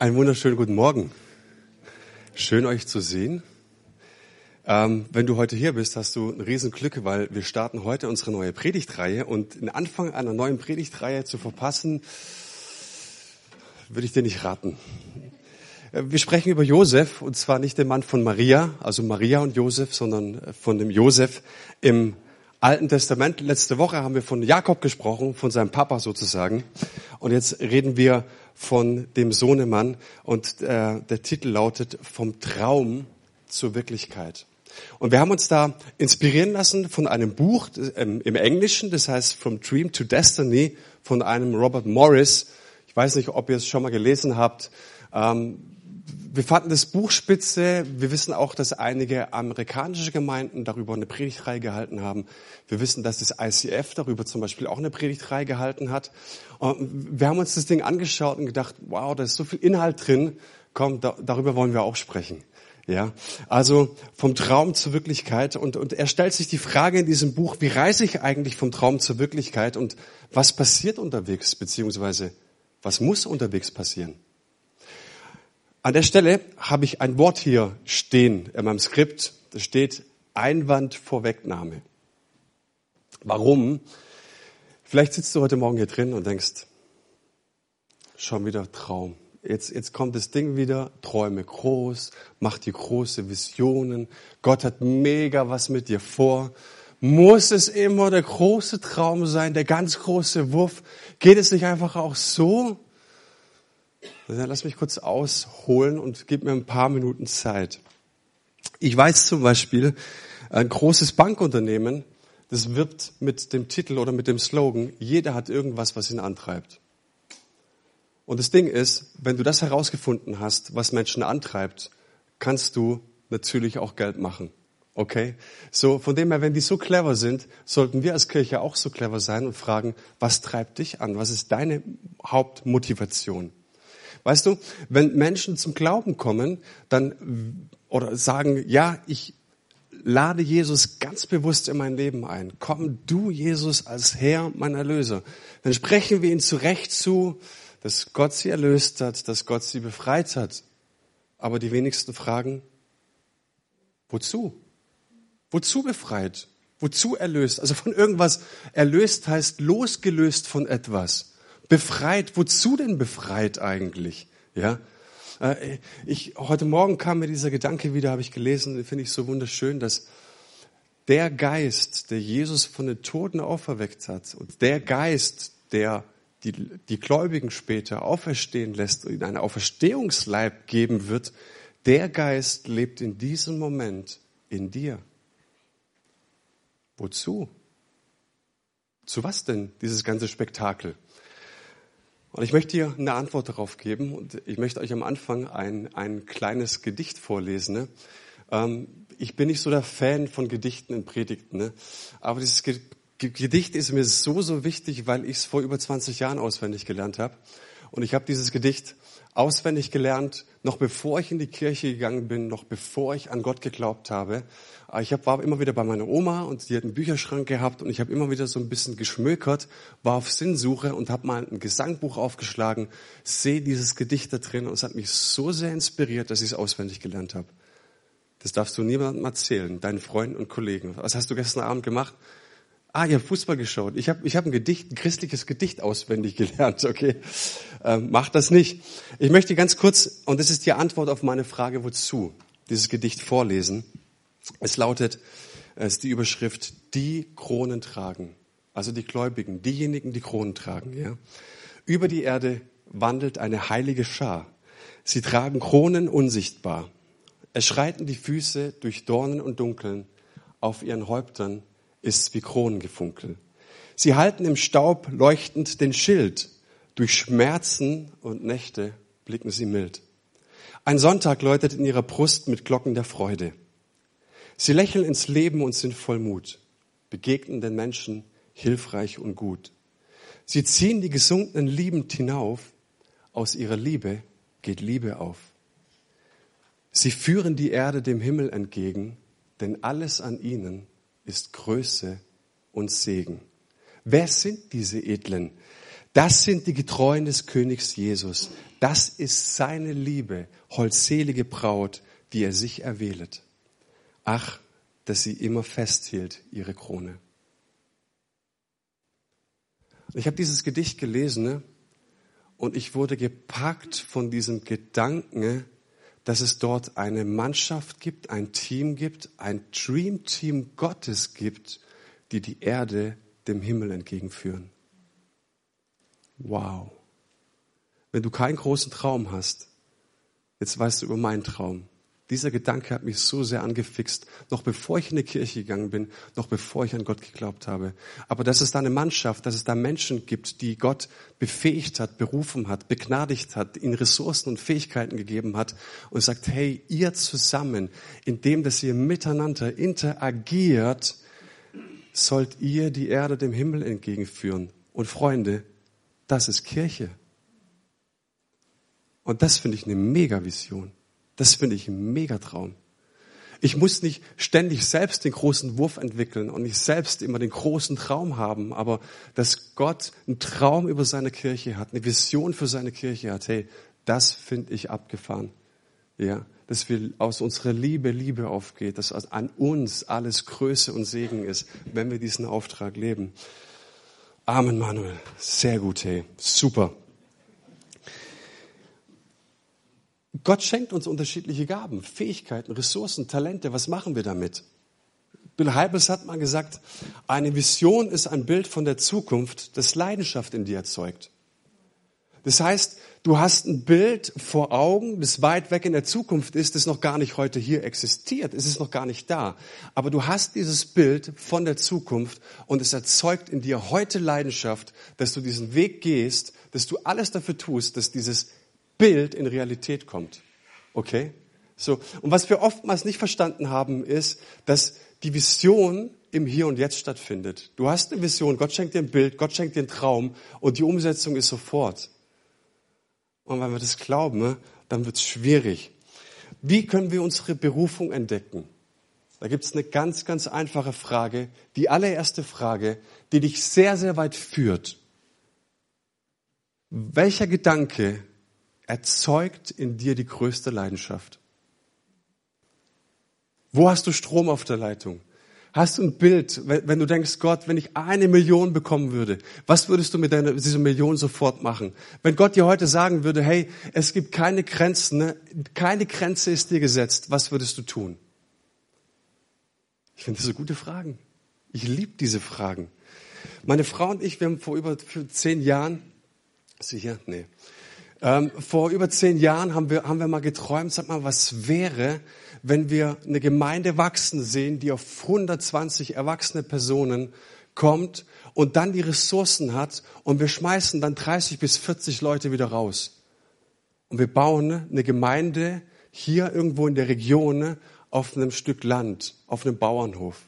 Einen wunderschönen guten Morgen. Schön, euch zu sehen. Wenn du heute hier bist, hast du ein Riesenglück, weil wir starten heute unsere neue Predigtreihe. Und den Anfang einer neuen Predigtreihe zu verpassen, würde ich dir nicht raten. Wir sprechen über Josef, und zwar nicht den Mann von Maria, also Maria und Josef, sondern von dem Josef im Alten Testament. Letzte Woche haben wir von Jakob gesprochen, von seinem Papa sozusagen. Und jetzt reden wir von dem Sohnemann. Und der Titel lautet Vom Traum zur Wirklichkeit. Und wir haben uns da inspirieren lassen von einem Buch im Englischen, das heißt From Dream to Destiny, von einem Robert Morris. Ich weiß nicht, ob ihr es schon mal gelesen habt. Wir fanden das Buch spitze. Wir wissen auch, dass einige amerikanische Gemeinden darüber eine Predigtreihe gehalten haben. Wir wissen, dass das ICF darüber zum Beispiel auch eine Predigtreihe gehalten hat. Und wir haben uns das Ding angeschaut und gedacht, wow, da ist so viel Inhalt drin. Komm, darüber wollen wir auch sprechen. Ja, also vom Traum zur Wirklichkeit. Und er stellt sich die Frage in diesem Buch, wie reise ich eigentlich vom Traum zur Wirklichkeit und was passiert unterwegs, beziehungsweise was muss unterwegs passieren? An der Stelle habe ich ein Wort hier stehen in meinem Skript. Da steht Einwandvorwegnahme. Warum? Vielleicht sitzt du heute Morgen hier drin und denkst, schon wieder Traum. Jetzt kommt das Ding wieder, träume groß, mach dir große Visionen. Gott hat mega was mit dir vor. Muss es immer der große Traum sein, der ganz große Wurf? Geht es nicht einfach auch so? Lass mich kurz ausholen und gib mir ein paar Minuten Zeit. Ich weiß zum Beispiel, ein großes Bankunternehmen, das wirbt mit dem Titel oder mit dem Slogan, jeder hat irgendwas, was ihn antreibt. Und das Ding ist, wenn du das herausgefunden hast, was Menschen antreibt, kannst du natürlich auch Geld machen. Okay? So, von dem her, wenn die so clever sind, sollten wir als Kirche auch so clever sein und fragen, was treibt dich an? Was ist deine Hauptmotivation? Weißt du, wenn Menschen zum Glauben kommen, dann, oder sagen, ja, ich lade Jesus ganz bewusst in mein Leben ein. Komm du, Jesus, als Herr, mein Erlöser. Dann sprechen wir ihn zurecht zu, dass Gott sie erlöst hat, dass Gott sie befreit hat. Aber die wenigsten fragen, wozu? Wozu befreit? Wozu erlöst? Also von irgendwas erlöst heißt losgelöst von etwas. Befreit, wozu denn befreit eigentlich? Ja, heute Morgen kam mir dieser Gedanke wieder, habe ich gelesen, den finde ich so wunderschön, dass der Geist, der Jesus von den Toten auferweckt hat und der Geist, der die Gläubigen später auferstehen lässt und ihnen einen Auferstehungsleib geben wird, der Geist lebt in diesem Moment in dir. Wozu? Zu was denn dieses ganze Spektakel? Und ich möchte dir eine Antwort darauf geben und ich möchte euch am Anfang ein kleines Gedicht vorlesen. Ich bin nicht so der Fan von Gedichten in Predigten, aber dieses Gedicht ist mir so wichtig, weil ich es vor über 20 Jahren auswendig gelernt habe. Und ich habe dieses Gedicht auswendig gelernt, noch bevor ich in die Kirche gegangen bin, noch bevor ich an Gott geglaubt habe. Ich war immer wieder bei meiner Oma und die hat einen Bücherschrank gehabt und ich habe immer wieder so ein bisschen geschmökert, war auf Sinnsuche und habe mal ein Gesangbuch aufgeschlagen, sehe dieses Gedicht da drin und es hat mich so sehr inspiriert, dass ich es auswendig gelernt habe. Das darfst du niemandem erzählen, deinen Freunden und Kollegen. Was hast du gestern Abend gemacht? Ich habe Fußball geschaut. Ich hab ein christliches Gedicht auswendig gelernt, okay? Mach das nicht. Ich möchte ganz kurz, und das ist die Antwort auf meine Frage, wozu, dieses Gedicht vorlesen. Es lautet, es ist die Überschrift, die Kronen tragen. Also die Gläubigen, diejenigen, die Kronen tragen, ja. Über die Erde wandelt eine heilige Schar. Sie tragen Kronen unsichtbar. Es schreiten die Füße durch Dornen und Dunkeln. Auf ihren Häuptern ist wie Kronengefunkel. Sie halten im Staub leuchtend den Schild. Durch Schmerzen und Nächte blicken sie mild. Ein Sonntag läutet in ihrer Brust mit Glocken der Freude. Sie lächeln ins Leben und sind voll Mut, begegnen den Menschen hilfreich und gut. Sie ziehen die Gesunkenen liebend hinauf, aus ihrer Liebe geht Liebe auf. Sie führen die Erde dem Himmel entgegen, denn alles an ihnen ist Größe und Segen. Wer sind diese Edlen? Das sind die Getreuen des Königs Jesus. Das ist seine Liebe, holdselige Braut, die er sich erwählet. Ach, dass sie immer festhielt, ihre Krone. Ich habe dieses Gedicht gelesen, ne? Und ich wurde gepackt von diesem Gedanken, dass es dort eine Mannschaft gibt, ein Team gibt, ein Dream-Team Gottes gibt, die die Erde dem Himmel entgegenführen. Wow. Wenn du keinen großen Traum hast, jetzt weißt du über meinen Traum. Dieser Gedanke hat mich so sehr angefixt, noch bevor ich in die Kirche gegangen bin, noch bevor ich an Gott geglaubt habe. Aber dass es da eine Mannschaft, dass es da Menschen gibt, die Gott befähigt hat, berufen hat, begnadigt hat, ihnen Ressourcen und Fähigkeiten gegeben hat und sagt, hey, ihr zusammen, indem dass ihr miteinander interagiert, sollt ihr die Erde dem Himmel entgegenführen. Und Freunde, das ist Kirche. Und das finde ich eine Mega-Vision. Das finde ich ein Megatraum. Ich muss nicht ständig selbst den großen Wurf entwickeln und nicht selbst immer den großen Traum haben, aber dass Gott einen Traum über seine Kirche hat, eine Vision für seine Kirche hat, hey, das finde ich abgefahren. Ja, dass wir aus unserer Liebe aufgeht, dass an uns alles Größe und Segen ist, wenn wir diesen Auftrag leben. Amen, Manuel. Sehr gut, hey. Super. Gott schenkt uns unterschiedliche Gaben, Fähigkeiten, Ressourcen, Talente. Was machen wir damit? Bill Hybels hat mal gesagt, eine Vision ist ein Bild von der Zukunft, das Leidenschaft in dir erzeugt. Das heißt, du hast ein Bild vor Augen, das weit weg in der Zukunft ist, das noch gar nicht heute hier existiert. Es ist noch gar nicht da. Aber du hast dieses Bild von der Zukunft und es erzeugt in dir heute Leidenschaft, dass du diesen Weg gehst, dass du alles dafür tust, dass dieses Bild in Realität kommt. Okay? So. Und was wir oftmals nicht verstanden haben, ist, dass die Vision im Hier und Jetzt stattfindet. Du hast eine Vision, Gott schenkt dir ein Bild, Gott schenkt dir einen Traum und die Umsetzung ist sofort. Und wenn wir das glauben, dann wird es schwierig. Wie können wir unsere Berufung entdecken? Da gibt es eine ganz, ganz einfache Frage. Die allererste Frage, die dich sehr, sehr weit führt. Welcher Gedanke erzeugt in dir die größte Leidenschaft? Wo hast du Strom auf der Leitung? Hast du ein Bild, wenn du denkst, Gott, wenn ich 1 Million bekommen würde, was würdest du mit dieser Million sofort machen? Wenn Gott dir heute sagen würde, hey, es gibt keine Grenzen, ne? Keine Grenze ist dir gesetzt, was würdest du tun? Ich finde das so gute Fragen. Ich liebe diese Fragen. Meine Frau und ich, wir haben vor über 10 Jahren, sicher? Nee. Vor über 10 Jahren haben wir mal geträumt, sag mal, was wäre, wenn wir eine Gemeinde wachsen sehen, die auf 120 erwachsene Personen kommt und dann die Ressourcen hat und wir schmeißen dann 30 bis 40 Leute wieder raus. Und wir bauen eine Gemeinde hier irgendwo in der Region auf einem Stück Land, auf einem Bauernhof.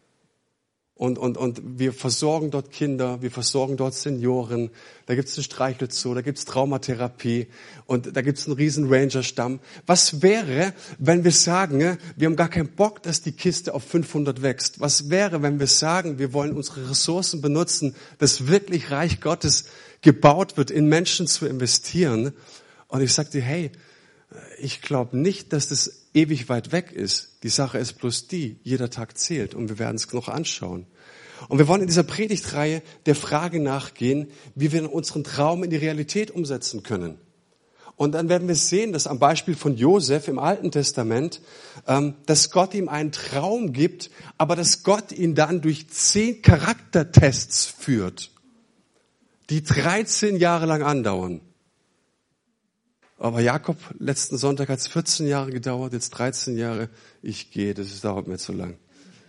Und wir versorgen dort Kinder, wir versorgen dort Senioren, da gibt's einen Streichelzoo, da gibt's Traumatherapie und da gibt's einen riesen Ranger-Stamm. Was wäre, wenn wir sagen, wir haben gar keinen Bock, dass die Kiste auf 500 wächst? Was wäre, wenn wir sagen, wir wollen unsere Ressourcen benutzen, dass wirklich Reich Gottes gebaut wird, in Menschen zu investieren? Und ich sag dir, hey, ich glaube nicht, dass das ewig weit weg ist. Die Sache ist bloß die, jeder Tag zählt und wir werden es noch anschauen. Und wir wollen in dieser Predigtreihe der Frage nachgehen, wie wir unseren Traum in die Realität umsetzen können. Und dann werden wir sehen, dass am Beispiel von Josef im Alten Testament, dass Gott ihm einen Traum gibt, aber dass Gott ihn dann durch 10 Charaktertests führt, die 13 Jahre lang andauern. Aber Jakob, letzten Sonntag hat es 14 Jahre gedauert, jetzt 13 Jahre. Ich gehe, das dauert mir zu lang.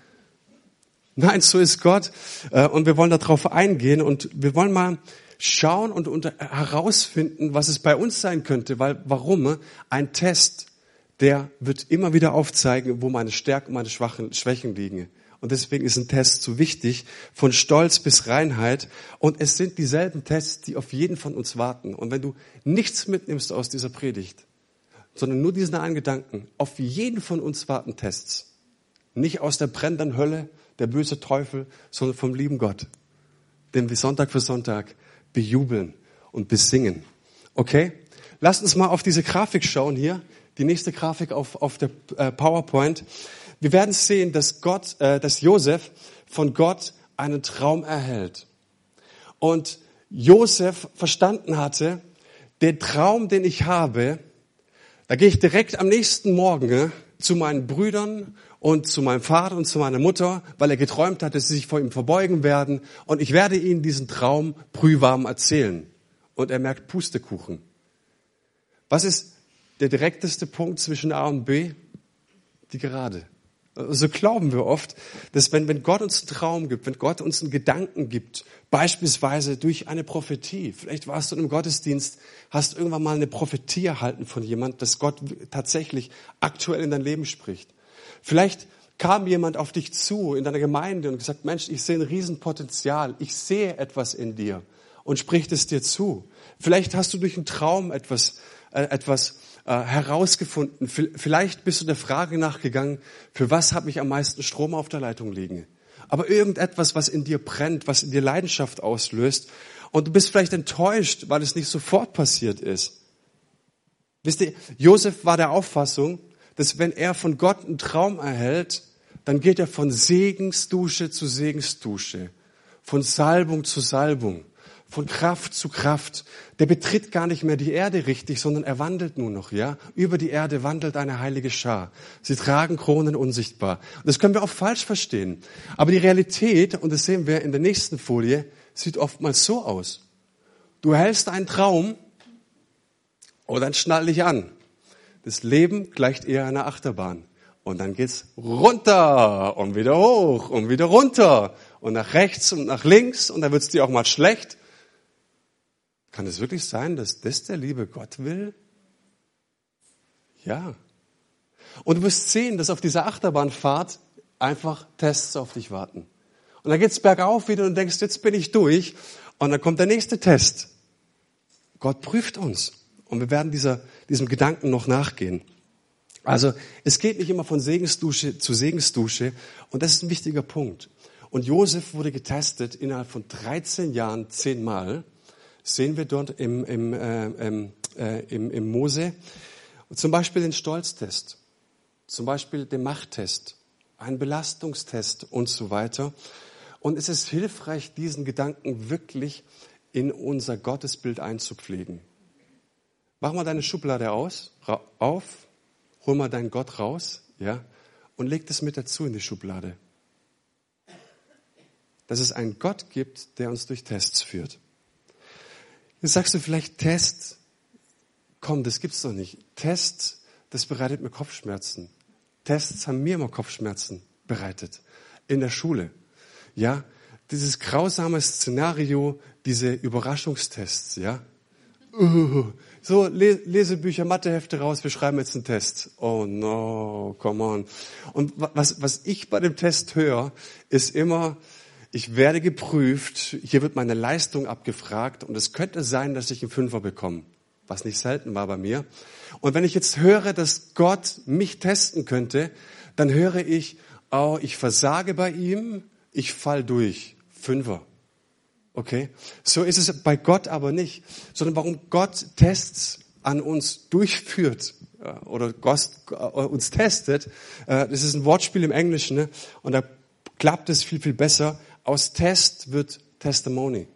Nein, so ist Gott. Und wir wollen darauf eingehen und wir wollen mal schauen und herausfinden, was es bei uns sein könnte. Weil, warum? Ein Test, der wird immer wieder aufzeigen, wo meine Stärken, meine Schwächen liegen. Und deswegen ist ein Test so wichtig, von Stolz bis Reinheit. Und es sind dieselben Tests, die auf jeden von uns warten. Und wenn du nichts mitnimmst aus dieser Predigt, sondern nur diesen einen Gedanken, auf jeden von uns warten Tests. Nicht aus der brennenden Hölle, der böse Teufel, sondern vom lieben Gott, den wir Sonntag für Sonntag bejubeln und besingen. Okay? Lasst uns mal auf diese Grafik schauen hier. Die nächste Grafik auf der PowerPoint. Wir werden sehen, dass Josef von Gott einen Traum erhält. Und Josef verstanden hatte, den Traum, den ich habe, da gehe ich direkt am nächsten Morgen zu meinen Brüdern und zu meinem Vater und zu meiner Mutter, weil er geträumt hat, dass sie sich vor ihm verbeugen werden. Und ich werde ihnen diesen Traum brühwarm erzählen. Und er merkt Pustekuchen. Was ist der direkteste Punkt zwischen A und B? Die Gerade. So glauben wir oft, dass wenn Gott uns einen Traum gibt, wenn Gott uns einen Gedanken gibt, beispielsweise durch eine Prophetie, vielleicht warst du in einem Gottesdienst, hast irgendwann mal eine Prophetie erhalten von jemand, dass Gott tatsächlich aktuell in dein Leben spricht. Vielleicht kam jemand auf dich zu in deiner Gemeinde und gesagt, Mensch, ich sehe ein Riesenpotenzial, ich sehe etwas in dir und spricht es dir zu. Vielleicht hast du durch einen Traum etwas herausgefunden. Vielleicht bist du der Frage nachgegangen, für was habe ich am meisten Strom auf der Leitung liegen? Aber irgendetwas, was in dir brennt, was in dir Leidenschaft auslöst. Und du bist vielleicht enttäuscht, weil es nicht sofort passiert ist. Wisst ihr, Josef war der Auffassung, dass wenn er von Gott einen Traum erhält, dann geht er von Segensdusche zu Segensdusche, von Salbung zu Salbung, von Kraft zu Kraft. Der betritt gar nicht mehr die Erde richtig, sondern er wandelt nur noch, ja. Über die Erde wandelt eine heilige Schar. Sie tragen Kronen unsichtbar. Und das können wir auch falsch verstehen. Aber die Realität, und das sehen wir in der nächsten Folie, sieht oftmals so aus. Du erhältst einen Traum und dann schnall dich an. Das Leben gleicht eher einer Achterbahn. Und dann geht's runter und wieder hoch und wieder runter und nach rechts und nach links und dann wird's dir auch mal schlecht. Kann es wirklich sein, dass das der liebe Gott will? Ja. Und du wirst sehen, dass auf dieser Achterbahnfahrt einfach Tests auf dich warten. Und dann geht's bergauf wieder und denkst, jetzt bin ich durch. Und dann kommt der nächste Test. Gott prüft uns. Und wir werden diesem Gedanken noch nachgehen. Also es geht nicht immer von Segensdusche zu Segensdusche. Und das ist ein wichtiger Punkt. Und Josef wurde getestet innerhalb von 13 Jahren 10 Mal. Sehen wir dort im Mose. Zum Beispiel den Stolztest, zum Beispiel den Machttest, einen Belastungstest und so weiter. Und es ist hilfreich, diesen Gedanken wirklich in unser Gottesbild einzupflegen. Mach mal deine Schublade auf, hol mal deinen Gott raus, ja, und leg das mit dazu in die Schublade. Dass es einen Gott gibt, der uns durch Tests führt. Jetzt sagst du vielleicht, Test, komm, das gibt's doch nicht. Test, das bereitet mir Kopfschmerzen. Tests haben mir immer Kopfschmerzen bereitet. In der Schule. Ja, dieses grausame Szenario, diese Überraschungstests, ja. So, Lesebücher, Mathehefte raus, wir schreiben jetzt einen Test. Oh no, come on. Und was ich bei dem Test höre, ist immer, ich werde geprüft, hier wird meine Leistung abgefragt und es könnte sein, dass ich einen Fünfer bekomme, was nicht selten war bei mir. Und wenn ich jetzt höre, dass Gott mich testen könnte, dann höre ich, oh, ich versage bei ihm, ich fall durch, Fünfer. Okay? So ist es bei Gott aber nicht, sondern warum Gott Tests an uns durchführt oder Gott uns testet, das ist ein Wortspiel im Englischen, ne? Und da klappt es viel, viel besser. Aus Test wird Testimony.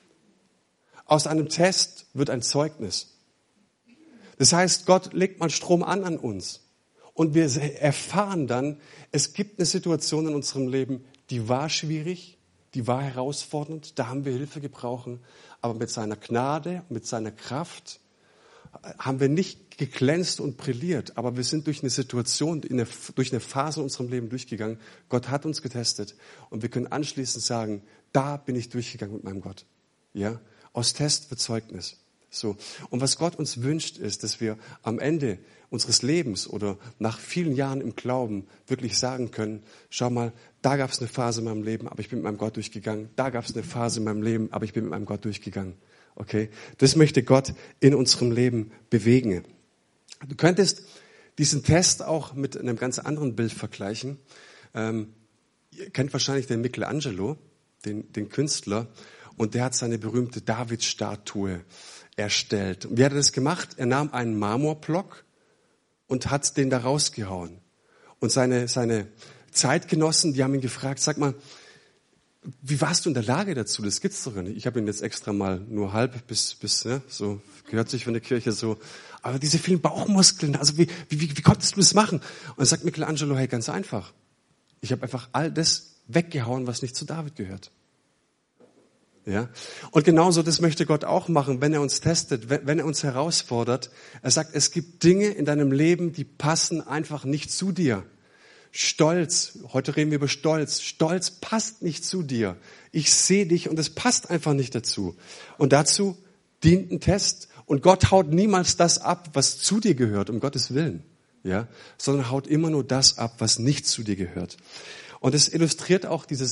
Aus einem Test wird ein Zeugnis. Das heißt, Gott legt mal Strom an uns. Und wir erfahren dann, es gibt eine Situation in unserem Leben, die war schwierig, die war herausfordernd, da haben wir Hilfe gebraucht. Aber mit seiner Gnade, mit seiner Kraft haben wir nicht geglänzt und brilliert, aber wir sind durch eine Situation, durch eine Phase in unserem Leben durchgegangen. Gott hat uns getestet und wir können anschließend sagen, da bin ich durchgegangen mit meinem Gott. Ja, aus Test wird Zeugnis. So. Und was Gott uns wünscht, ist, dass wir am Ende unseres Lebens oder nach vielen Jahren im Glauben wirklich sagen können, schau mal, da gab es eine Phase in meinem Leben, aber ich bin mit meinem Gott durchgegangen. Da gab es eine Phase in meinem Leben, aber ich bin mit meinem Gott durchgegangen. Okay? Das möchte Gott in unserem Leben bewegen. Du könntest diesen Test auch mit einem ganz anderen Bild vergleichen. Ihr kennt wahrscheinlich den Michelangelo, den Künstler. und der hat seine berühmte David-Statue erstellt. Und wie hat er das gemacht? Er nahm einen Marmorblock und hat den da rausgehauen. Und seine Zeitgenossen, die haben ihn gefragt, sag mal, wie warst du in der Lage dazu? Das gibt's doch nicht. Ich habe ihn jetzt extra mal nur halb bis ne, so gehört sich von der Kirche so. Aber diese vielen Bauchmuskeln, also wie konntest du das machen? Und dann sagt Michelangelo, hey, ganz einfach. Ich habe einfach all das weggehauen, was nicht zu David gehört. Ja. Und genauso, das möchte Gott auch machen, wenn er uns testet, wenn er uns herausfordert. Er sagt, es gibt Dinge in deinem Leben, die passen einfach nicht zu dir. Stolz, heute reden wir über Stolz. Stolz passt nicht zu dir. Ich sehe dich und es passt einfach nicht dazu. Und dazu dient ein Test. Und Gott haut niemals das ab, was zu dir gehört, um Gottes Willen. Ja, sondern haut immer nur das ab, was nicht zu dir gehört. Und es illustriert auch die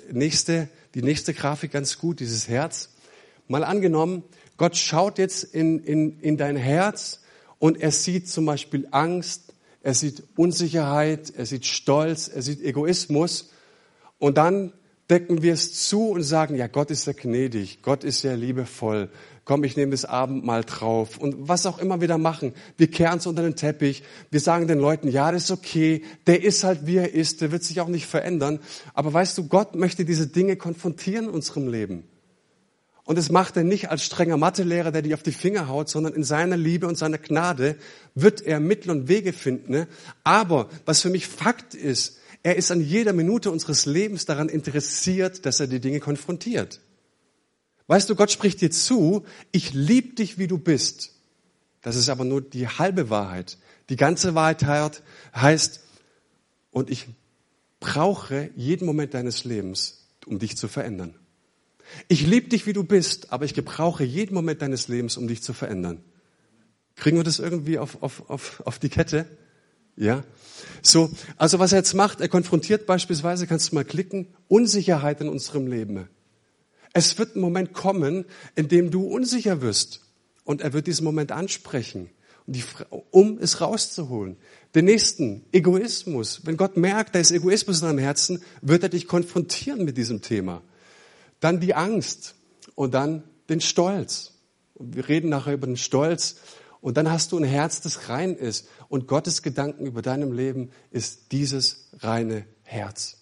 nächste Grafik ganz gut, dieses Herz. Mal angenommen, Gott schaut jetzt in dein Herz und er sieht zum Beispiel Angst, er sieht Unsicherheit, er sieht Stolz, er sieht Egoismus. Und dann decken wir es zu und sagen, ja, Gott ist ja gnädig, Gott ist ja liebevoll. Komm, ich nehme das Abendmahl drauf. Und was auch immer wir da machen, wir kehren es unter den Teppich. Wir sagen den Leuten, ja, das ist okay, der ist halt wie er ist, der wird sich auch nicht verändern. Aber weißt du, Gott möchte diese Dinge konfrontieren in unserem Leben. Und das macht er nicht als strenger Mathelehrer, der dich auf die Finger haut, sondern in seiner Liebe und seiner Gnade wird er Mittel und Wege finden. Ne? Aber was für mich Fakt ist, er ist an jeder Minute unseres Lebens daran interessiert, dass er die Dinge konfrontiert. Weißt du, Gott spricht dir zu, ich liebe dich, wie du bist. Das ist aber nur die halbe Wahrheit. Die ganze Wahrheit heißt, und ich brauche jeden Moment deines Lebens, um dich zu verändern. Ich liebe dich, wie du bist, aber ich gebrauche jeden Moment deines Lebens, um dich zu verändern. Kriegen wir das irgendwie auf die Kette? Ja? So, also was er jetzt macht, er konfrontiert beispielsweise, kannst du mal klicken, Unsicherheit in unserem Leben. Es wird ein Moment kommen, in dem du unsicher wirst. Und er wird diesen Moment ansprechen, um es rauszuholen. Den nächsten, Egoismus. Wenn Gott merkt, da ist Egoismus in deinem Herzen, wird er dich konfrontieren mit diesem Thema. Dann die Angst und dann den Stolz. Und wir reden nachher über den Stolz. Und dann hast du ein Herz, das rein ist. Und Gottes Gedanken über deinem Leben ist dieses reine Herz.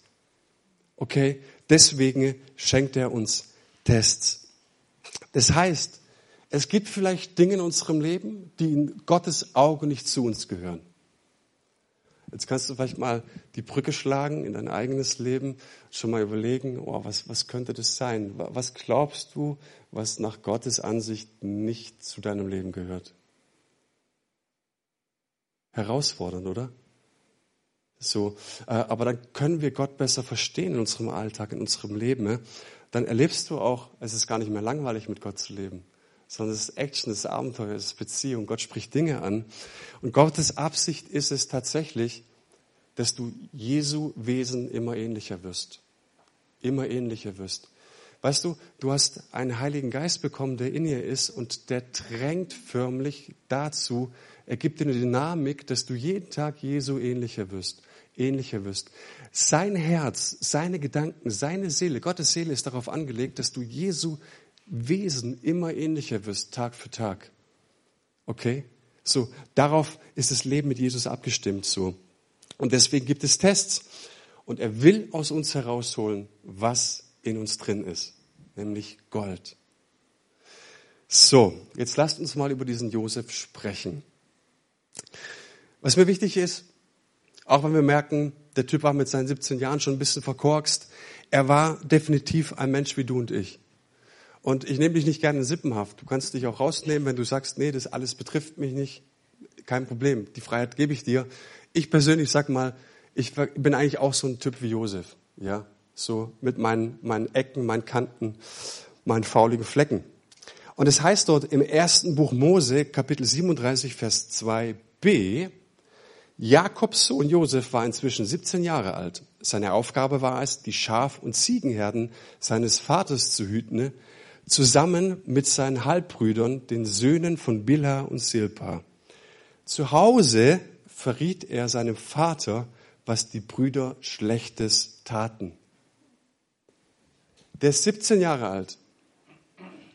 Okay? Deswegen schenkt er uns Tests. Das heißt, es gibt vielleicht Dinge in unserem Leben, die in Gottes Auge nicht zu uns gehören. Jetzt kannst du vielleicht mal die Brücke schlagen in dein eigenes Leben, schon mal überlegen, was könnte das sein? Was glaubst du, was nach Gottes Ansicht nicht zu deinem Leben gehört? Herausfordernd, oder? So, aber dann können wir Gott besser verstehen in unserem Alltag, in unserem Leben. Dann erlebst du auch, es ist gar nicht mehr langweilig, mit Gott zu leben, sondern es ist Action, es ist Abenteuer, es ist Beziehung. Gott spricht Dinge an. Und Gottes Absicht ist es tatsächlich, dass du Jesu Wesen immer ähnlicher wirst. Immer ähnlicher wirst. Weißt du, du hast einen Heiligen Geist bekommen, der in dir ist und der drängt förmlich dazu, er gibt dir eine Dynamik, dass du jeden Tag Jesu ähnlicher wirst. Ähnlicher wirst. Sein Herz, seine Gedanken, seine Seele, Gottes Seele ist darauf angelegt, dass du Jesu Wesen immer ähnlicher wirst, Tag für Tag. Okay? So, darauf ist das Leben mit Jesus abgestimmt, so. Und deswegen gibt es Tests. Und er will aus uns herausholen, was in uns drin ist. Nämlich Gold. So, jetzt lasst uns mal über diesen Josef sprechen. Was mir wichtig ist, auch wenn wir merken, der Typ war mit seinen 17 Jahren schon ein bisschen verkorkst, er war definitiv ein Mensch wie du und ich. Und ich nehme dich nicht gerne in Sippenhaft. Du kannst dich auch rausnehmen, wenn du sagst, nee, das alles betrifft mich nicht. Kein Problem, die Freiheit gebe ich dir. Ich persönlich sag mal, ich bin eigentlich auch so ein Typ wie Josef. Ja, so mit meinen Ecken, meinen Kanten, meinen fauligen Flecken. Und es heißt dort im 1. Buch Mose, Kapitel 37, Vers 2b, Jakobs Sohn Josef war inzwischen 17 Jahre alt. Seine Aufgabe war es, die Schaf- und Ziegenherden seines Vaters zu hüten, zusammen mit seinen Halbbrüdern, den Söhnen von Bilha und Silpa. Zu Hause verriet er seinem Vater, was die Brüder Schlechtes taten. Der ist 17 Jahre alt.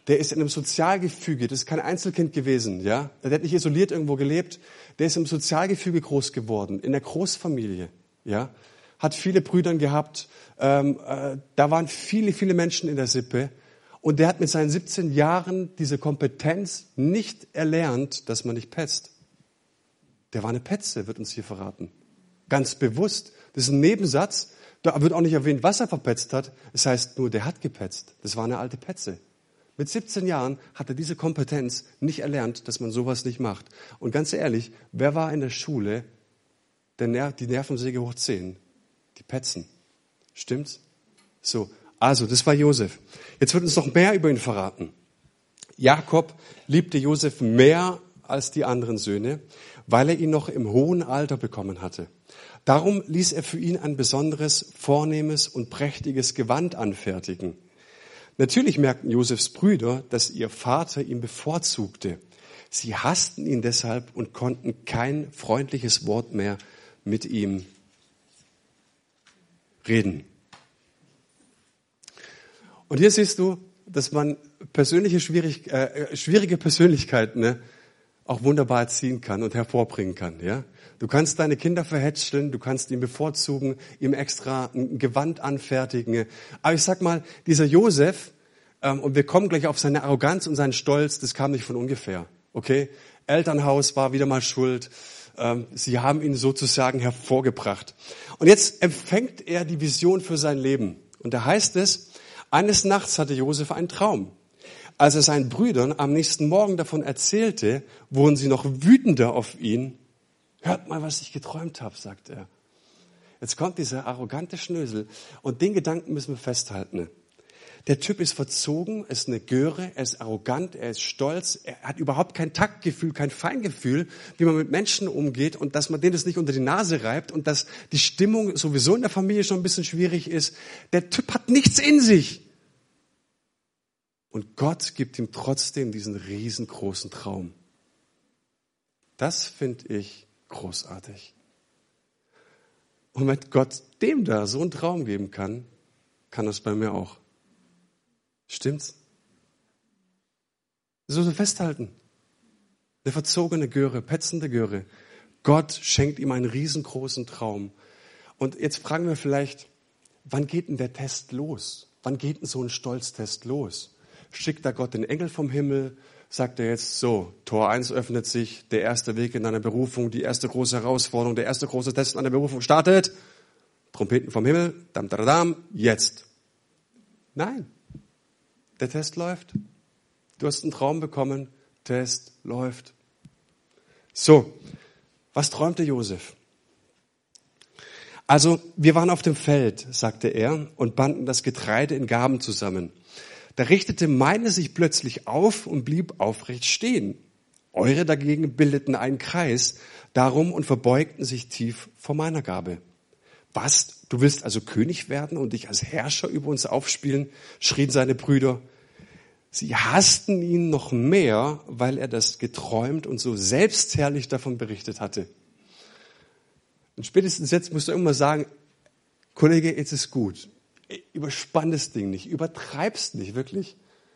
der ist in einem Sozialgefüge, das ist kein Einzelkind gewesen, ja. Der hat nicht isoliert irgendwo gelebt, der ist im Sozialgefüge groß geworden, in der Großfamilie, ja. Hat viele Brüder gehabt, da waren viele Menschen in der Sippe. Und der hat mit seinen 17 Jahren diese Kompetenz nicht erlernt, dass man nicht petzt. Der war eine Petze, wird uns hier verraten. Ganz bewusst. Das ist ein Nebensatz. Da wird auch nicht erwähnt, was er verpetzt hat. Es heißt nur, der hat gepetzt. Das war eine alte Petze. Mit 17 Jahren hat er diese Kompetenz nicht erlernt, dass man sowas nicht macht. Und ganz ehrlich, wer war in der Schule die Nervensäge hoch 10? Die Petzen. Stimmt's? So. Also, das war Josef. Jetzt wird uns noch mehr über ihn verraten. Jakob liebte Josef mehr als die anderen Söhne, weil er ihn noch im hohen Alter bekommen hatte. Darum ließ er für ihn ein besonderes, vornehmes und prächtiges Gewand anfertigen. Natürlich merkten Josefs Brüder, dass ihr Vater ihn bevorzugte. Sie hassten ihn deshalb und konnten kein freundliches Wort mehr mit ihm reden. Und hier siehst du, dass man schwierige Persönlichkeiten auch wunderbar erziehen kann und hervorbringen kann. Ja? Du kannst deine Kinder verhätscheln, du kannst ihn bevorzugen, ihm extra ein Gewand anfertigen. Aber ich sag mal, dieser Josef, und wir kommen gleich auf seine Arroganz und seinen Stolz, das kam nicht von ungefähr. Okay? Elternhaus war wieder mal schuld. Sie haben ihn sozusagen hervorgebracht. Und jetzt empfängt er die Vision für sein Leben. Und da heißt es, eines Nachts hatte Josef einen Traum. Als er seinen Brüdern am nächsten Morgen davon erzählte, wurden sie noch wütender auf ihn. Hört mal, was ich geträumt habe, sagt er. Jetzt kommt dieser arrogante Schnösel. Und den Gedanken müssen wir festhalten. Der Typ ist verzogen, ist eine Göre, er ist arrogant, er ist stolz, er hat überhaupt kein Taktgefühl, kein Feingefühl, wie man mit Menschen umgeht und dass man denen das nicht unter die Nase reibt und dass die Stimmung sowieso in der Familie schon ein bisschen schwierig ist. Der Typ hat nichts in sich. Und Gott gibt ihm trotzdem diesen riesengroßen Traum. Das finde ich großartig. Und wenn Gott dem da so einen Traum geben kann, kann das bei mir auch. Stimmt's? Das müssen wir festhalten. Eine verzogene Göre, petzende Göre. Gott schenkt ihm einen riesengroßen Traum. Und jetzt fragen wir vielleicht, wann geht denn der Test los? Wann geht denn so ein Stolztest los? Schickt da Gott den Engel vom Himmel? Sagt er jetzt so, Tor 1 öffnet sich, der erste Weg in deiner Berufung, die erste große Herausforderung, der erste große Test an der Berufung startet. Trompeten vom Himmel, dam, dam, dam, jetzt. Nein. Der Test läuft. Du hast einen Traum bekommen. Test läuft. So, was träumte Josef? Also, wir waren auf dem Feld, sagte er, und banden das Getreide in Garben zusammen. Da richtete meine sich plötzlich auf und blieb aufrecht stehen. Eure dagegen bildeten einen Kreis darum und verbeugten sich tief vor meiner Gabe. Was? Du willst also König werden und dich als Herrscher über uns aufspielen? Schrien seine Brüder. Sie hassten ihn noch mehr, weil er das geträumt und so selbstherrlich davon berichtet hatte. Und spätestens jetzt musst du immer sagen, Kollege, jetzt ist gut. Überspann das Ding nicht, übertreib's nicht, wirklich.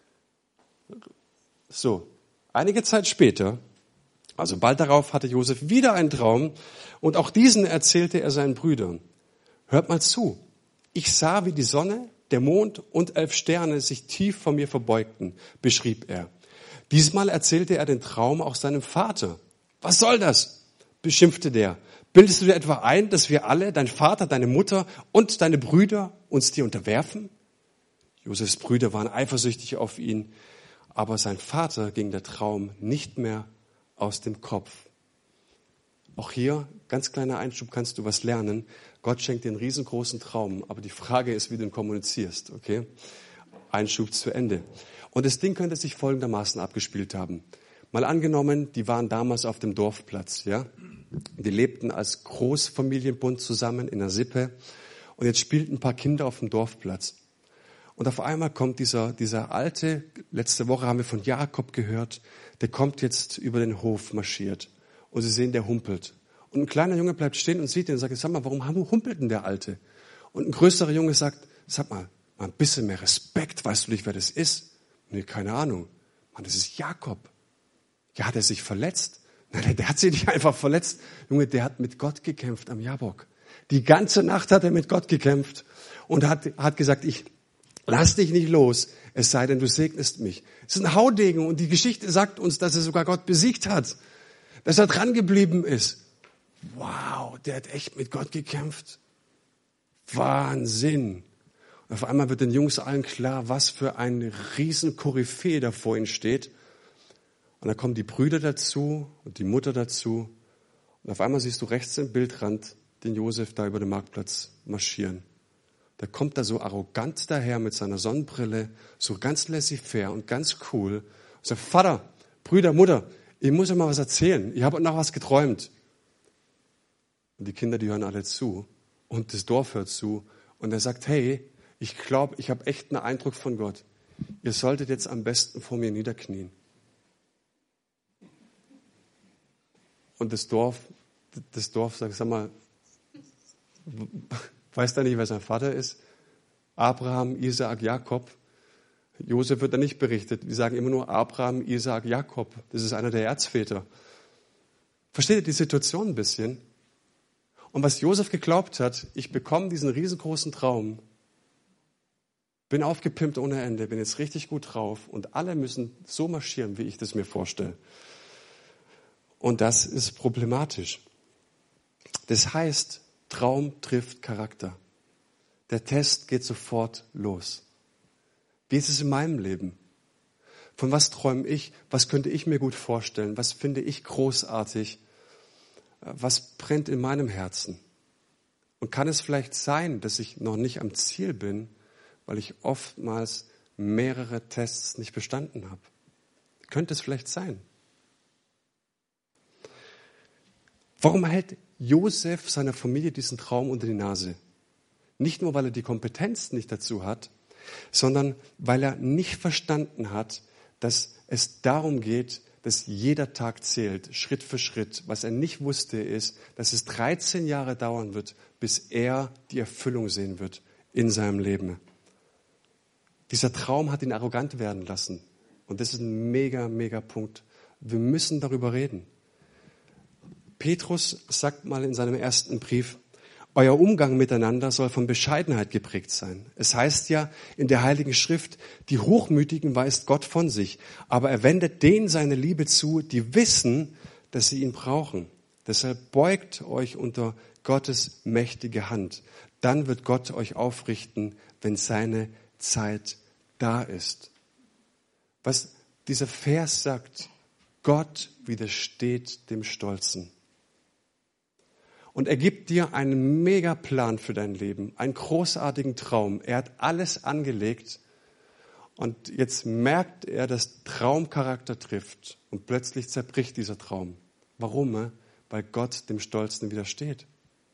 So, einige Zeit später, also bald darauf, hatte Josef wieder einen Traum und auch diesen erzählte er seinen Brüdern. Hört mal zu, ich sah, wie die Sonne, der Mond und 11 Sterne sich tief vor mir verbeugten, beschrieb er. Diesmal erzählte er den Traum auch seinem Vater. Was soll das? Beschimpfte der. Bildest du dir etwa ein, dass wir alle, dein Vater, deine Mutter und deine Brüder, uns dir unterwerfen? Josefs Brüder waren eifersüchtig auf ihn, aber sein Vater ging der Traum nicht mehr aus dem Kopf. Auch hier, ganz kleiner Einschub, kannst du was lernen. Gott schenkt dir einen riesengroßen Traum, aber die Frage ist, wie du ihn kommunizierst, okay? Einschub zu Ende. Und das Ding könnte sich folgendermaßen abgespielt haben. Mal angenommen, die waren damals auf dem Dorfplatz, ja? Die lebten als Großfamilienbund zusammen in einer Sippe und jetzt spielten ein paar Kinder auf dem Dorfplatz. Und auf einmal kommt dieser alte, letzte Woche haben wir von Jakob gehört, der kommt jetzt über den Hof marschiert und sie sehen, der humpelt. Und ein kleiner Junge bleibt stehen und sieht ihn und sagt, sag mal, warum humpelt denn der Alte? Und ein größerer Junge sagt, sag mal ein bisschen mehr Respekt, weißt du nicht, wer das ist? Nee, keine Ahnung. Mann, das ist Jakob. Ja, hat er sich verletzt? Nein, der hat sich nicht einfach verletzt. Junge, der hat mit Gott gekämpft am Jabok. Die ganze Nacht hat er mit Gott gekämpft und hat gesagt, ich lass dich nicht los, es sei denn, du segnest mich. Es ist ein Haudegen und die Geschichte sagt uns, dass er sogar Gott besiegt hat, dass er dran geblieben ist. Wow, der hat echt mit Gott gekämpft. Wahnsinn. Und auf einmal wird den Jungs allen klar, was für ein riesen Koryphäe da vor ihnen steht. Und dann kommen die Brüder dazu und die Mutter dazu. Und auf einmal siehst du rechts im Bildrand den Josef da über den Marktplatz marschieren. Der kommt da so arrogant daher mit seiner Sonnenbrille, so ganz laissez-faire und ganz cool. Und sagt, Vater, Brüder, Mutter, ich muss euch mal was erzählen. Ich habe noch was geträumt. Und die Kinder, die hören alle zu. Und das Dorf hört zu. Und er sagt, hey, ich glaube, ich habe echt einen Eindruck von Gott. Ihr solltet jetzt am besten vor mir niederknien. Und das Dorf sagt, sag mal, weiß da nicht, wer sein Vater ist? Abraham, Isaak, Jakob. Josef wird da nicht berichtet. Wir sagen immer nur Abraham, Isaak, Jakob. Das ist einer der Erzväter. Versteht ihr die Situation ein bisschen? Und was Josef geglaubt hat, ich bekomme diesen riesengroßen Traum, bin aufgepimpt ohne Ende, bin jetzt richtig gut drauf und alle müssen so marschieren, wie ich das mir vorstelle. Und das ist problematisch. Das heißt, Traum trifft Charakter. Der Test geht sofort los. Wie ist es in meinem Leben? Von was träume ich? Was könnte ich mir gut vorstellen? Was finde ich großartig? Was brennt in meinem Herzen? Und kann es vielleicht sein, dass ich noch nicht am Ziel bin, weil ich oftmals mehrere Tests nicht bestanden habe? Könnte es vielleicht sein? Warum hält Josef seiner Familie diesen Traum unter die Nase? Nicht nur, weil er die Kompetenz nicht dazu hat, sondern weil er nicht verstanden hat, dass es darum geht, dass jeder Tag zählt, Schritt für Schritt. Was er nicht wusste, ist, dass es 13 Jahre dauern wird, bis er die Erfüllung sehen wird in seinem Leben. Dieser Traum hat ihn arrogant werden lassen. Und das ist ein mega, mega Punkt. Wir müssen darüber reden. Petrus sagt mal in seinem ersten Brief, euer Umgang miteinander soll von Bescheidenheit geprägt sein. Es heißt ja in der Heiligen Schrift, die Hochmütigen weist Gott von sich, aber er wendet denen seine Liebe zu, die wissen, dass sie ihn brauchen. Deshalb beugt euch unter Gottes mächtige Hand. Dann wird Gott euch aufrichten, wenn seine Zeit da ist. Was dieser Vers sagt, Gott widersteht dem Stolzen. Und er gibt dir einen Megaplan für dein Leben, einen großartigen Traum. Er hat alles angelegt und jetzt merkt er, dass Traumcharakter trifft und plötzlich zerbricht dieser Traum. Warum? Weil Gott dem Stolzen widersteht.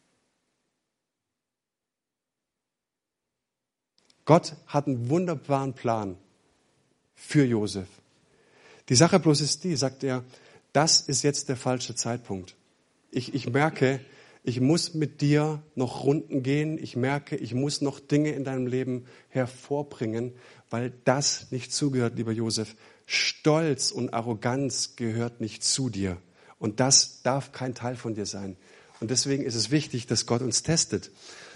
Gott hat einen wunderbaren Plan für Josef. Die Sache bloß ist die, sagt er, das ist jetzt der falsche Zeitpunkt. Ich merke, ich muss mit dir noch Runden gehen. Ich merke, ich muss noch Dinge in deinem Leben hervorbringen, weil das nicht zugehört, lieber Josef. Stolz und Arroganz gehört nicht zu dir. Und das darf kein Teil von dir sein. Und deswegen ist es wichtig, dass Gott uns testet.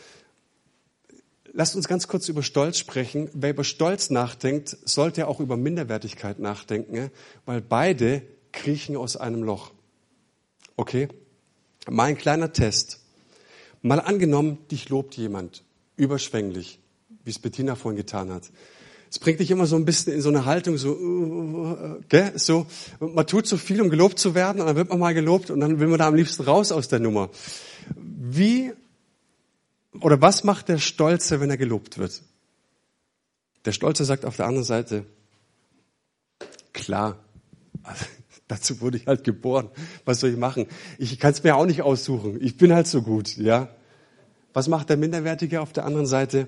Lasst uns ganz kurz über Stolz sprechen. Wer über Stolz nachdenkt, sollte auch über Minderwertigkeit nachdenken, weil beide kriechen aus einem Loch. Okay? Mal ein kleiner Test. Mal angenommen, dich lobt jemand überschwänglich, wie es Bettina vorhin getan hat. Es bringt dich immer so ein bisschen in so eine Haltung, so, man tut so viel, um gelobt zu werden, und dann wird man mal gelobt und dann will man da am liebsten raus aus der Nummer. Was macht der Stolze, wenn er gelobt wird? Der Stolze sagt auf der anderen Seite, klar, dazu wurde ich halt geboren. Was soll ich machen? Ich kann es mir auch nicht aussuchen. Ich bin halt so gut, ja. Was macht der Minderwertige auf der anderen Seite?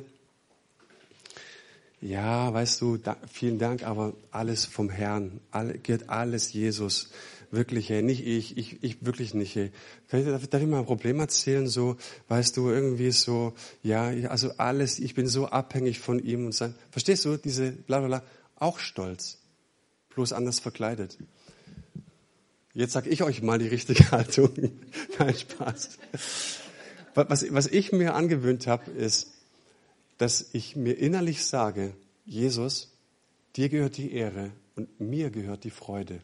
Ja, weißt du, vielen Dank, aber alles vom Herrn. Gehört alles Jesus. Wirklich, hey, nicht ich wirklich nicht, hey. Darf ich mal ein Problem erzählen, so, weißt du, irgendwie so, ja, also alles, ich bin so abhängig von ihm und sein. Verstehst du, diese bla bla bla. auch stolz, bloß anders verkleidet. Jetzt sage ich euch mal die richtige Haltung. Kein Spaß. Was ich mir angewöhnt habe, ist, dass ich mir innerlich sage, Jesus, dir gehört die Ehre und mir gehört die Freude.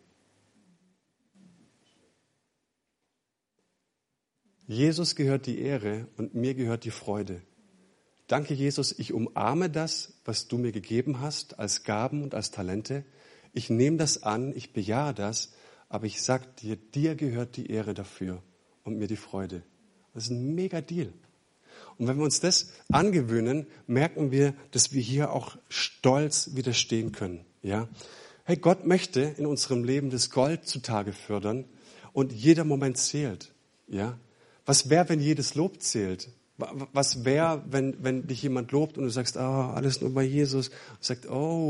Jesus gehört die Ehre und mir gehört die Freude. Danke, Jesus, ich umarme das, was du mir gegeben hast, als Gaben und als Talente. Ich nehme das an, ich bejahe das, aber ich sag dir, dir gehört die Ehre dafür und mir die Freude. Das ist ein mega Deal. Und wenn wir uns das angewöhnen, merken wir, dass wir hier auch stolz widerstehen können. Ja? Hey, Gott möchte in unserem Leben das Gold zutage fördern und jeder Moment zählt. Ja? Was wäre, wenn jedes Lob zählt? Was wäre, wenn dich jemand lobt und du sagst, alles nur bei Jesus? Und sagt,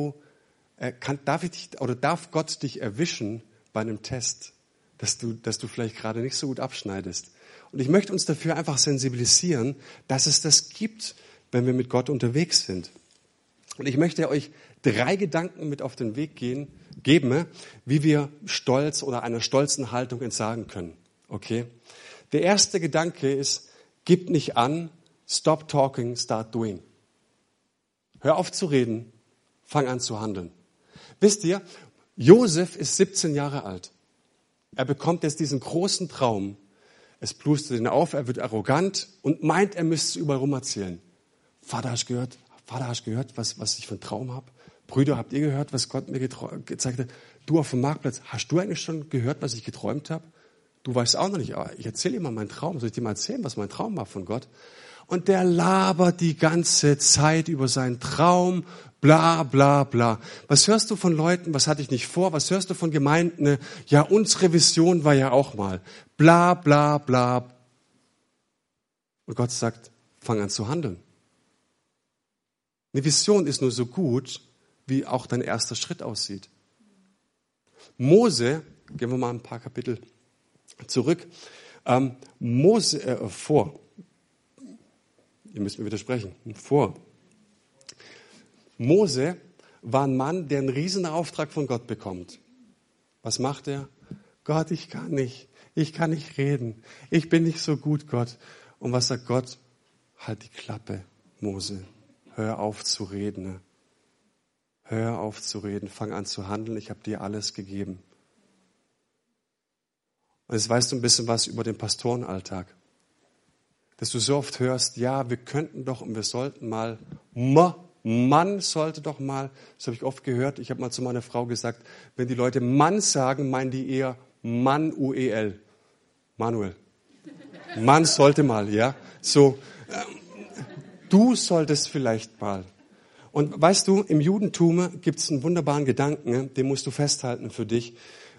darf Gott dich erwischen bei einem Test, dass du vielleicht gerade nicht so gut abschneidest? Und ich möchte uns dafür einfach sensibilisieren, dass es das gibt, wenn wir mit Gott unterwegs sind. Und ich möchte euch 3 Gedanken mit auf den Weg geben, wie wir Stolz oder einer stolzen Haltung entsagen können. Okay? Der erste Gedanke ist, gib nicht an, stop talking, start doing. Hör auf zu reden, fang an zu handeln. Wisst ihr, Josef ist 17 Jahre alt. Er bekommt jetzt diesen großen Traum. Es plustert ihn auf, er wird arrogant und meint, er müsste es überall rum erzählen. Vater, hast du gehört, was ich für einen Traum habe? Brüder, habt ihr gehört, was Gott mir gezeigt hat? Du auf dem Marktplatz, hast du eigentlich schon gehört, was ich geträumt habe? Du weißt auch noch nicht, aber ich erzähle dir mal meinen Traum. Soll ich dir mal erzählen, was mein Traum war von Gott? Und der labert die ganze Zeit über seinen Traum, bla bla bla. Was hörst du von Leuten, was hatte ich nicht vor? Was hörst du von Gemeinden? Ja, unsere Vision war ja auch mal. Bla bla bla. Und Gott sagt, fang an zu handeln. Eine Vision ist nur so gut, wie auch dein erster Schritt aussieht. Mose, gehen wir mal ein paar Kapitel zurück. Ihr müsst mir widersprechen. Mose war ein Mann, der einen riesen Auftrag von Gott bekommt. Was macht er? Gott, ich kann nicht reden. Ich bin nicht so gut, Gott. Und was sagt Gott? Halt die Klappe, Mose. Hör auf zu reden. Hör auf zu reden. Fang an zu handeln. Ich habe dir alles gegeben. Und jetzt weißt du ein bisschen was über den Pastorenalltag. Dass du so oft hörst, ja, wir könnten doch und wir sollten mal, Mann sollte doch mal, das habe ich oft gehört, ich habe mal zu meiner Frau gesagt, wenn die Leute Mann sagen, meinen die eher Mann, U-E-L, Manuel. Mann sollte mal, ja, so, du solltest vielleicht mal. Und weißt du, im Judentum gibt es einen wunderbaren Gedanken, den musst du festhalten für dich.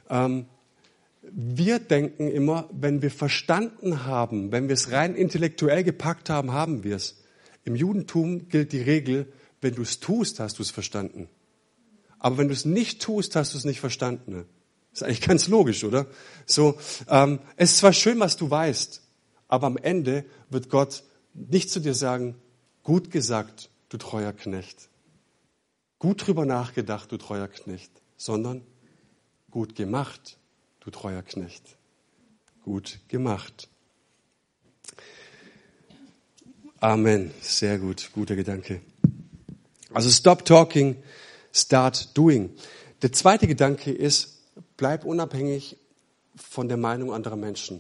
Wir denken immer, wenn wir verstanden haben, wenn wir es rein intellektuell gepackt haben, haben wir es. Im Judentum gilt die Regel, wenn du es tust, hast du es verstanden. Aber wenn du es nicht tust, hast du es nicht verstanden. Das ist eigentlich ganz logisch, oder? So, es ist zwar schön, was du weißt, aber am Ende wird Gott nicht zu dir sagen, gut gesagt, du treuer Knecht. Gut drüber nachgedacht, du treuer Knecht. Sondern gut gemacht, du treuer Knecht. Gut gemacht. Amen. Sehr gut. Guter Gedanke. Also stop talking, start doing. Der zweite Gedanke ist, bleib unabhängig von der Meinung anderer Menschen.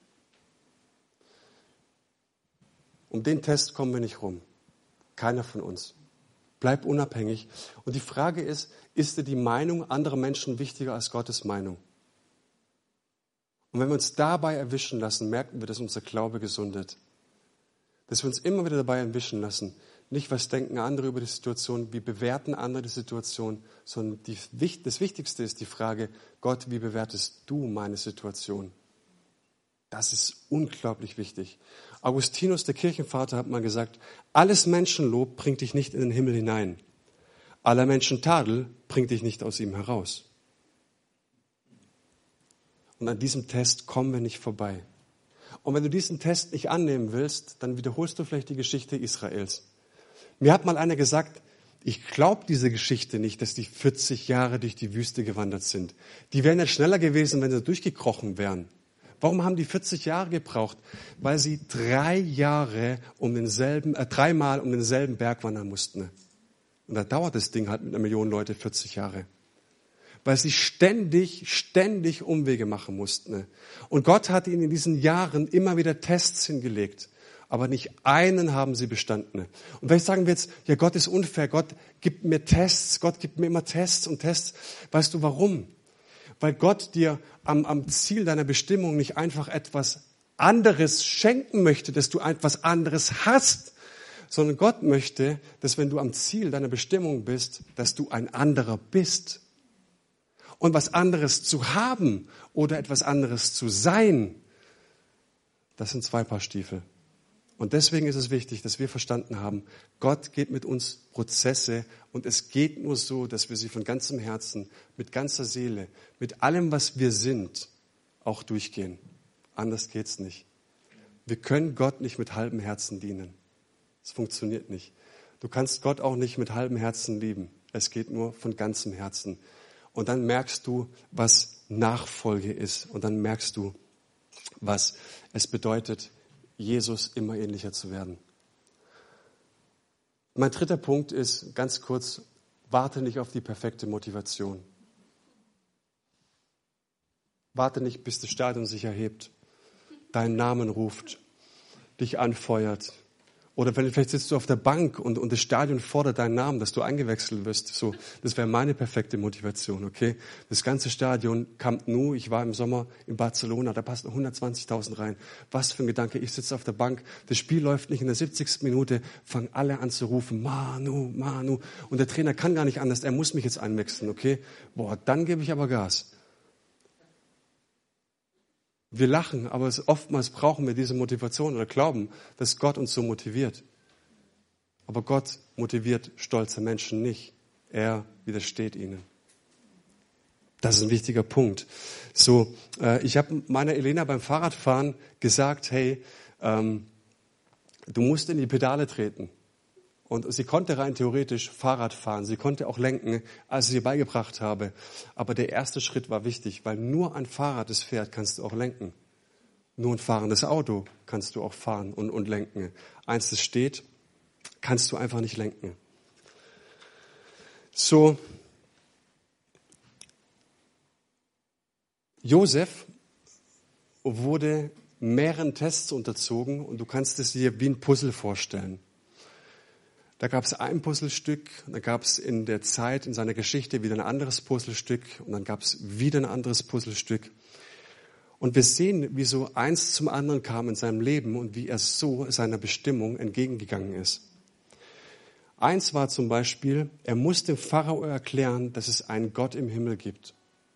Um den Test kommen wir nicht rum. Keiner von uns. Bleib unabhängig. Und die Frage ist dir die Meinung anderer Menschen wichtiger als Gottes Meinung? Und wenn wir uns dabei erwischen lassen, merken wir, dass unser Glaube gesundet. Dass wir uns immer wieder dabei erwischen lassen. Nicht, was denken andere über die Situation, wie bewerten andere die Situation, sondern das Wichtigste ist die Frage, Gott, wie bewertest du meine Situation? Das ist unglaublich wichtig. Augustinus, der Kirchenvater, hat mal gesagt, alles Menschenlob bringt dich nicht in den Himmel hinein. Aller Menschentadel bringt dich nicht aus ihm heraus. Und an diesem Test kommen wir nicht vorbei. Und wenn du diesen Test nicht annehmen willst, dann wiederholst du vielleicht die Geschichte Israels. Mir hat mal einer gesagt, Ich glaube diese Geschichte nicht, dass die 40 Jahre durch die Wüste gewandert sind. Die wären ja schneller gewesen, wenn sie durchgekrochen wären. Warum haben die 40 Jahre gebraucht? Weil sie 3 Jahre dreimal um denselben Berg wandern mussten. Und da dauert das Ding halt mit 1 Million Leute 40 Jahre. Weil sie ständig Umwege machen mussten. Und Gott hat ihnen in diesen Jahren immer wieder Tests hingelegt. Aber nicht einen haben sie bestanden. Und vielleicht sagen wir jetzt, ja, Gott ist unfair, Gott gibt mir Tests, Gott gibt mir immer Tests und Tests. Weißt du warum? Weil Gott dir am Ziel deiner Bestimmung nicht einfach etwas anderes schenken möchte, dass du etwas anderes hast, sondern Gott möchte, dass wenn du am Ziel deiner Bestimmung bist, dass du ein anderer bist. Und was anderes zu haben oder etwas anderes zu sein, das sind 2 Paar Stiefel. Und deswegen ist es wichtig, dass wir verstanden haben, Gott geht mit uns Prozesse und es geht nur so, dass wir sie von ganzem Herzen, mit ganzer Seele, mit allem, was wir sind, auch durchgehen. Anders geht's nicht. Wir können Gott nicht mit halbem Herzen dienen. Es funktioniert nicht. Du kannst Gott auch nicht mit halbem Herzen lieben. Es geht nur von ganzem Herzen. Und dann merkst du, was Nachfolge ist. Und dann merkst du, was es bedeutet, Jesus immer ähnlicher zu werden. Mein 3. Punkt ist, ganz kurz, warte nicht auf die perfekte Motivation. Warte nicht, bis das Stadion sich erhebt, deinen Namen ruft, dich anfeuert. Oder vielleicht sitzt du auf der Bank und das Stadion fordert deinen Namen, dass du eingewechselt wirst. So, das wäre meine perfekte Motivation, okay? Das ganze Stadion, Camp Nou, ich war im Sommer in Barcelona, da passen 120.000 rein. Was für ein Gedanke, ich sitze auf der Bank, das Spiel läuft nicht, in der 70. Minute fangen alle an zu rufen, Manu, Manu. Und der Trainer kann gar nicht anders, er muss mich jetzt einwechseln, okay? Boah, dann gebe ich aber Gas. Wir lachen, aber oftmals brauchen wir diese Motivation oder glauben, dass Gott uns so motiviert. Aber Gott motiviert stolze Menschen nicht. Er widersteht ihnen. Das ist ein wichtiger Punkt. So, ich habe meiner Elena beim Fahrradfahren gesagt, hey, du musst in die Pedale treten. Und sie konnte rein theoretisch Fahrrad fahren, sie konnte auch lenken, als ich sie beigebracht habe. Aber der erste Schritt war wichtig, weil nur ein Fahrrad, das fährt, kannst du auch lenken. Nur ein fahrendes Auto kannst du auch fahren und lenken. Eins, das steht, kannst du einfach nicht lenken. So, Josef wurde mehreren Tests unterzogen und du kannst es dir wie ein Puzzle vorstellen. Da gab es ein Puzzlestück, dann gab es in der Zeit, in seiner Geschichte wieder ein anderes Puzzlestück und dann gab es wieder ein anderes Puzzlestück. Und wir sehen, wie so eins zum anderen kam in seinem Leben und wie er so seiner Bestimmung entgegengegangen ist. Eins war zum Beispiel, er muss dem Pharao erklären, dass es einen Gott im Himmel gibt.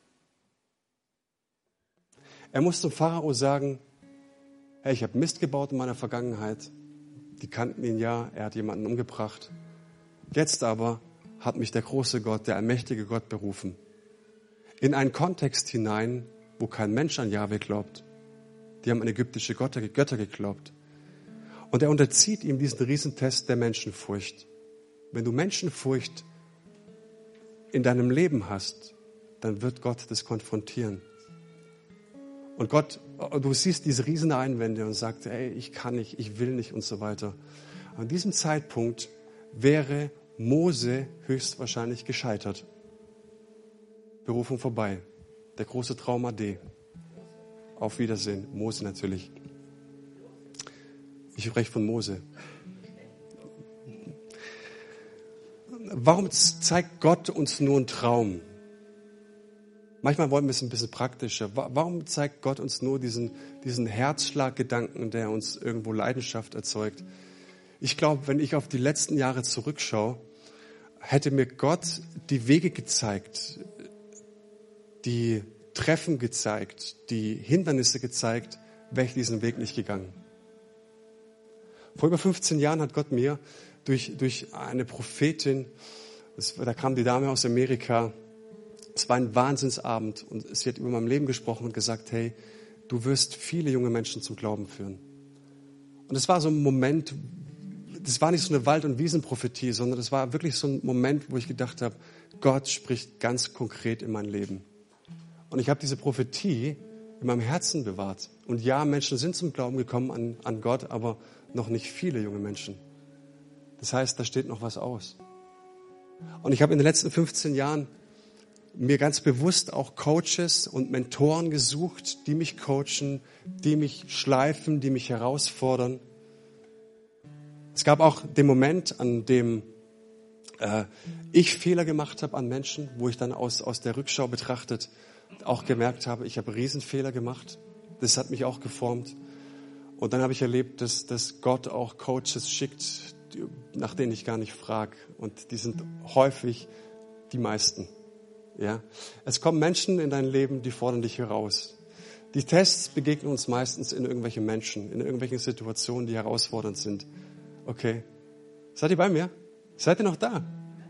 Er muss dem Pharao sagen, hey, ich habe Mist gebaut in meiner Vergangenheit. Die kannten ihn ja, er hat jemanden umgebracht. Jetzt aber hat mich der große Gott, der allmächtige Gott berufen. In einen Kontext hinein, wo kein Mensch an Jahwe glaubt. Die haben an ägyptische Götter geglaubt. Und er unterzieht ihm diesen Riesentest der Menschenfurcht. Wenn du Menschenfurcht in deinem Leben hast, dann wird Gott das konfrontieren. Und Gott, du siehst diese riesen Einwände und sagst, ey, ich kann nicht, ich will nicht und so weiter. An diesem Zeitpunkt wäre Mose höchstwahrscheinlich gescheitert. Berufung vorbei. Der große Traum AD. Auf Wiedersehen. Mose natürlich. Ich spreche von Mose. Warum zeigt Gott uns nur einen Traum? Manchmal wollen wir es ein bisschen praktischer. Warum zeigt Gott uns nur diesen Herzschlaggedanken, der uns irgendwo Leidenschaft erzeugt? Ich glaube, wenn ich auf die letzten Jahre zurückschaue, hätte mir Gott die Wege gezeigt, die Treffen gezeigt, die Hindernisse gezeigt, wäre ich diesen Weg nicht gegangen. Vor über 15 Jahren hat Gott mir durch eine Prophetin, da kam die Dame aus Amerika, es war ein Wahnsinnsabend und sie hat über mein Leben gesprochen und gesagt, hey, du wirst viele junge Menschen zum Glauben führen. Und es war so ein Moment, das war nicht so eine Wald- und Wiesenprophetie, sondern das war wirklich so ein Moment, wo ich gedacht habe, Gott spricht ganz konkret in mein Leben. Und ich habe diese Prophetie in meinem Herzen bewahrt. Und ja, Menschen sind zum Glauben gekommen an Gott, aber noch nicht viele junge Menschen. Das heißt, da steht noch was aus. Und ich habe in den letzten 15 Jahren mir ganz bewusst auch Coaches und Mentoren gesucht, die mich coachen, die mich schleifen, die mich herausfordern. Es gab auch den Moment, an dem ich Fehler gemacht habe an Menschen, wo ich dann aus der Rückschau betrachtet auch gemerkt habe, ich habe Riesenfehler gemacht. Das hat mich auch geformt. Und dann habe ich erlebt, dass Gott auch Coaches schickt, nach denen ich gar nicht frage. Und die sind häufig die meisten. Ja? Es kommen Menschen in dein Leben, die fordern dich heraus. Die Tests begegnen uns meistens in irgendwelchen Menschen, in irgendwelchen Situationen, die herausfordernd sind. Okay, seid ihr bei mir? Seid ihr noch da?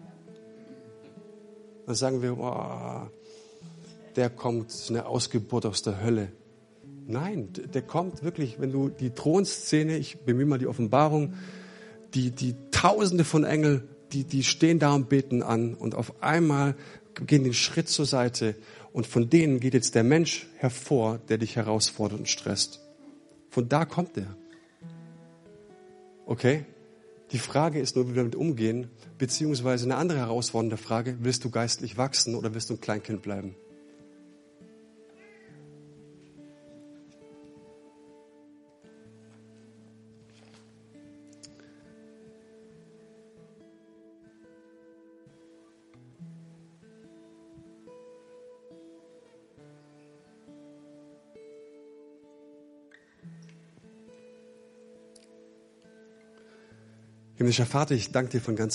Dann sagen wir, oh, der kommt, eine Ausgeburt aus der Hölle. Nein, der kommt wirklich, wenn du die Thronszene, ich bemühe mal die Offenbarung, die Tausende von Engeln, die stehen da und beten an und auf einmal gehen den Schritt zur Seite und von denen geht jetzt der Mensch hervor, der dich herausfordert und stresst. Von da kommt er. Okay? Die Frage ist nur, wie wir damit umgehen, beziehungsweise eine andere herausfordernde Frage, willst du geistlich wachsen oder willst du ein Kleinkind bleiben? Himmlischer Vater, ich danke dir von ganzem